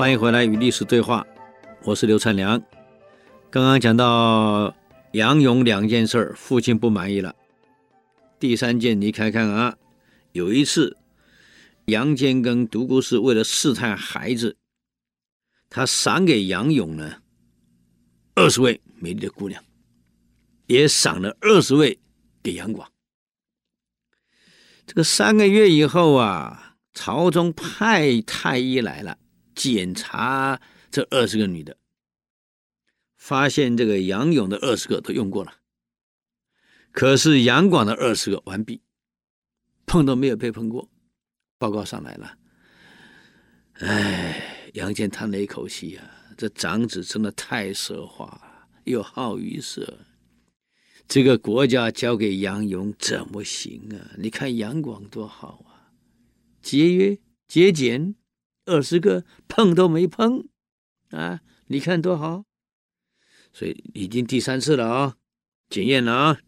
欢迎回来与历史对话，我是刘灿良。刚刚讲到杨勇2件事，父亲不满意了。第3件你看看啊，有一次杨坚跟独孤氏为了试探孩子，他赏给杨勇呢20位美丽的姑娘，也赏了20位给杨广。这个3个月以后啊，朝中派太医来了，检查这20个女的，发现这个杨勇的20个都用过了，可是杨广的20个完璧，碰都没有被碰过。报告上来了，杨坚叹了一口气啊，这长子真的太奢华，又好于色，这个国家交给杨勇怎么行啊？你看杨广多好啊，节约节俭，20个碰都没碰啊，你看多好。所以已经第3次了啊，检验了啊。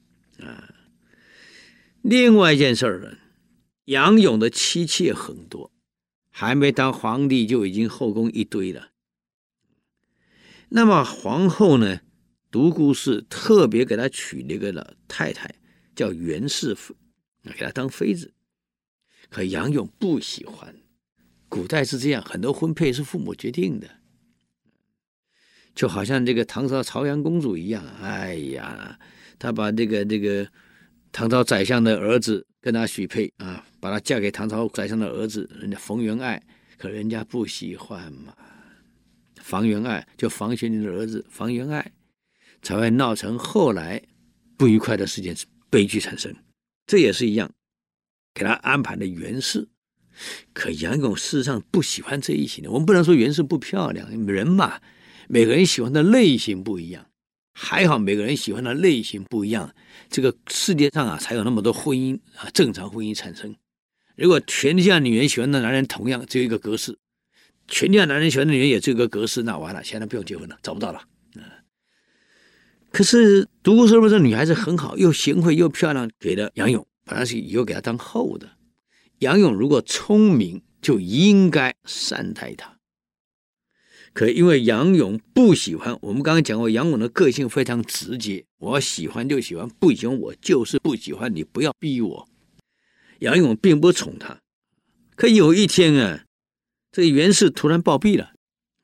另外一件事呢，杨勇的妻妾很多，还没当皇帝就已经后宫一堆了。那么皇后呢，独孤氏特别给他娶了一个太太，叫袁氏妇，给他当妃子。可杨勇不喜欢，古代是这样，很多婚配是父母决定的，就好像这个唐朝朝阳公主一样。哎呀，她把这个唐朝宰相的儿子跟她许配啊，把她嫁给唐朝宰相的儿子，人家冯元爱，可人家不喜欢嘛。房元爱就房玄龄的儿子房元爱，才会闹成后来不愉快的事件，悲剧产生。这也是一样，给他安排了袁氏。可杨勇事实上不喜欢这一型的。我们不能说袁氏不漂亮，人嘛，每个人喜欢的类型不一样。还好每个人喜欢的类型不一样，这个世界上啊才有那么多婚姻啊，正常婚姻产生。如果全天下女人喜欢的男人同样只有一个格式，全天下男人喜欢的女人也只有一个格式，那完了，现在不用结婚了，找不到了。可是独孤氏这女孩子很好，又贤惠又漂亮，给了杨勇，本来是以后给他当后的。杨勇如果聪明，就应该善待他。可因为杨勇不喜欢，我们刚刚讲过，杨勇的个性非常直接，我喜欢就喜欢，不喜欢我就是不喜欢，你不要逼我。杨勇并不宠他。可有一天啊，这个袁氏突然暴毙了。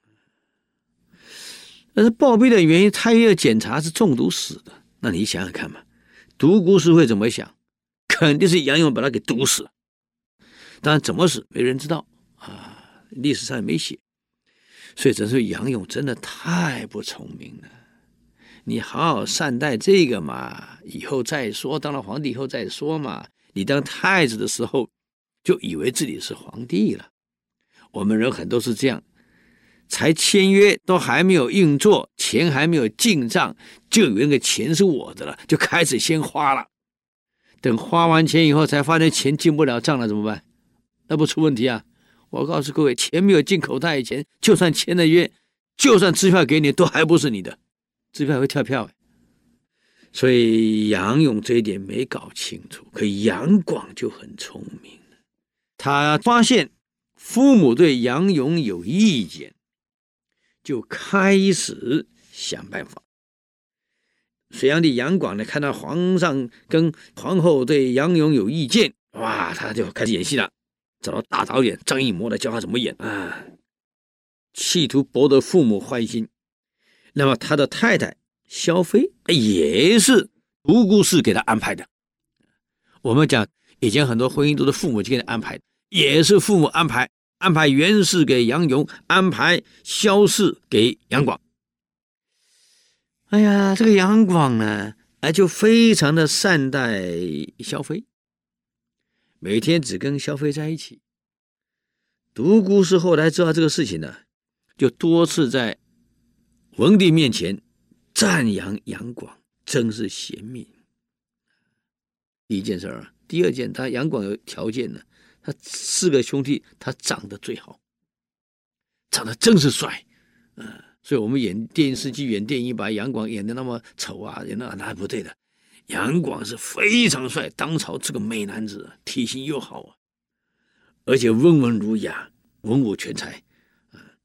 但是暴毙的原因，太医的检查是中毒死的。那你想想看嘛，独孤氏会怎么想？肯定是杨勇把他给毒死了。当然怎么死没人知道啊，历史上也没写。所以真是杨勇真的太不聪明了。你好好善待这个嘛，以后再说，当了皇帝以后再说嘛。你当太子的时候就以为自己是皇帝了。我们人很多是这样，才签约都还没有运作，钱还没有进账，就以为那个钱是我的了，就开始先花了。等花完钱以后才发现钱进不了账了，怎么办？那不出问题啊？我告诉各位，钱没有进口袋以前，就算签了约，就算支票给你，都还不是你的，支票会跳票。所以杨勇这一点没搞清楚，可杨广就很聪明了。他发现父母对杨勇有意见，就开始想办法。隋炀帝杨广呢，看到皇上跟皇后对杨勇有意见，哇，他就开始演戏了，找到大导演张艺谋来教他怎么演啊，企图博得父母欢心。那么他的太太萧妃也是独孤氏给他安排的。我们讲以前很多婚姻都是父母给他安排的，也是父母安排袁氏给杨勇，安排萧氏给杨广。哎呀，这个杨广呢，就非常的善待萧妃，每天只跟萧妃在一起。独孤氏后来知道这个事情呢，就多次在文帝面前赞扬杨广真是贤明。第一件事啊，第二件，他杨广有条件呢，他4个兄弟他长得最好，长得真是帅，所以我们演电视剧演电影把杨广演得那么丑啊，那不对的。杨广是非常帅，当朝这个美男子，体型又好啊，而且温文儒雅，文武全才。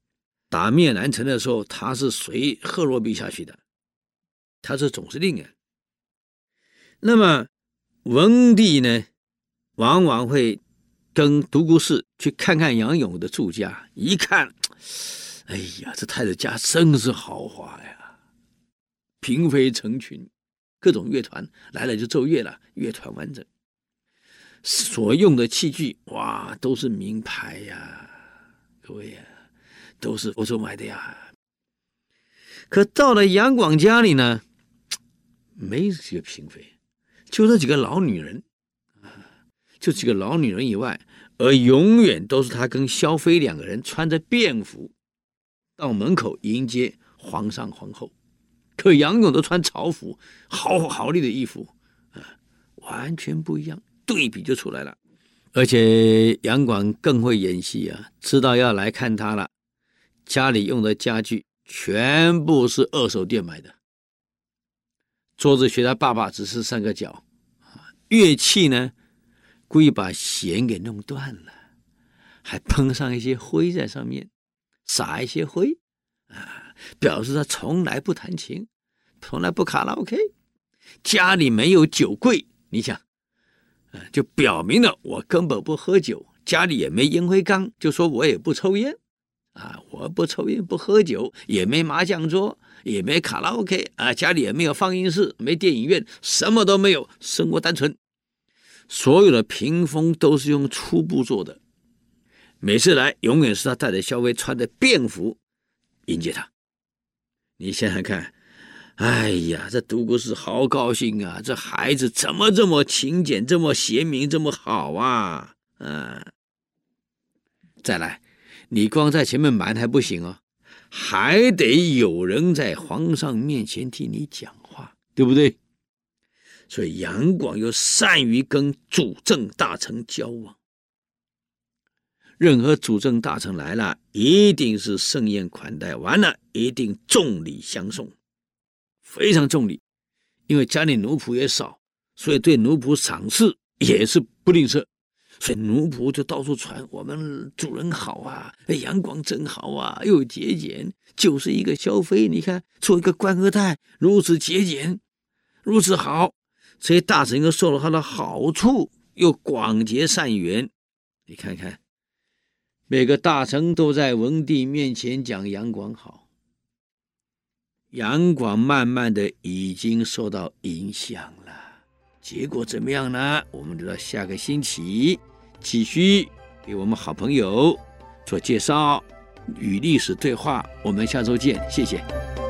打灭南陈的时候，他是随贺若弼下去的，他是总司令啊。那么文帝呢，往往会跟独孤氏去看看杨勇的住家，一看，哎呀，这太子家真是豪华呀，嫔妃成群，各种乐团来了就奏乐了，乐团完整，所用的器具哇都是名牌呀，各位呀，都是欧洲买的呀。可到了杨广家里呢，没几个嫔妃，就这几个老女人，就几个老女人以外，而永远都是他跟萧妃两个人穿着便服到门口迎接皇上皇后。可杨勇都穿朝服，豪丽的衣服，完全不一样，对比就出来了。而且杨广更会演戏啊，知道要来看他了，家里用的家具全部是二手店买的，桌子学他爸爸只是3个角，乐器呢故意把弦给弄断了，还喷上一些灰在上面，撒一些灰表示他从来不弹琴，从来不卡拉 OK， 家里没有酒柜，你想就表明了我根本不喝酒，家里也没烟灰缸，就说我也不抽烟我不抽烟不喝酒，也没麻将桌，也没卡拉 OK家里也没有放映室，没电影院，什么都没有，生活单纯。所有的屏风都是用粗布做的，每次来永远是他带着萧妃穿着便服迎接他。你想想看，哎呀，这独孤氏好高兴啊，这孩子怎么这么勤俭，这么贤明，这么好啊再来，你光在前面瞒还不行哦，还得有人在皇上面前替你讲话，对不对？所以杨广又善于跟主政大臣交往，任何主政大臣来了，一定是盛宴款待，完了一定重礼相送，非常重礼。因为家里奴仆也少，所以对奴仆赏赐也是不吝啬，所以奴仆就到处传我们主人好啊，杨广真好啊，又节俭，就是一个萧妃，你看做一个官二代如此节俭，如此好，这些大臣又受了他的好处，又广结善缘。你看看，每个大臣都在文帝面前讲杨广好，杨广慢慢的已经受到影响了。结果怎么样呢？我们留到下个星期继续给我们好朋友做介绍，与历史对话。我们下周见，谢谢。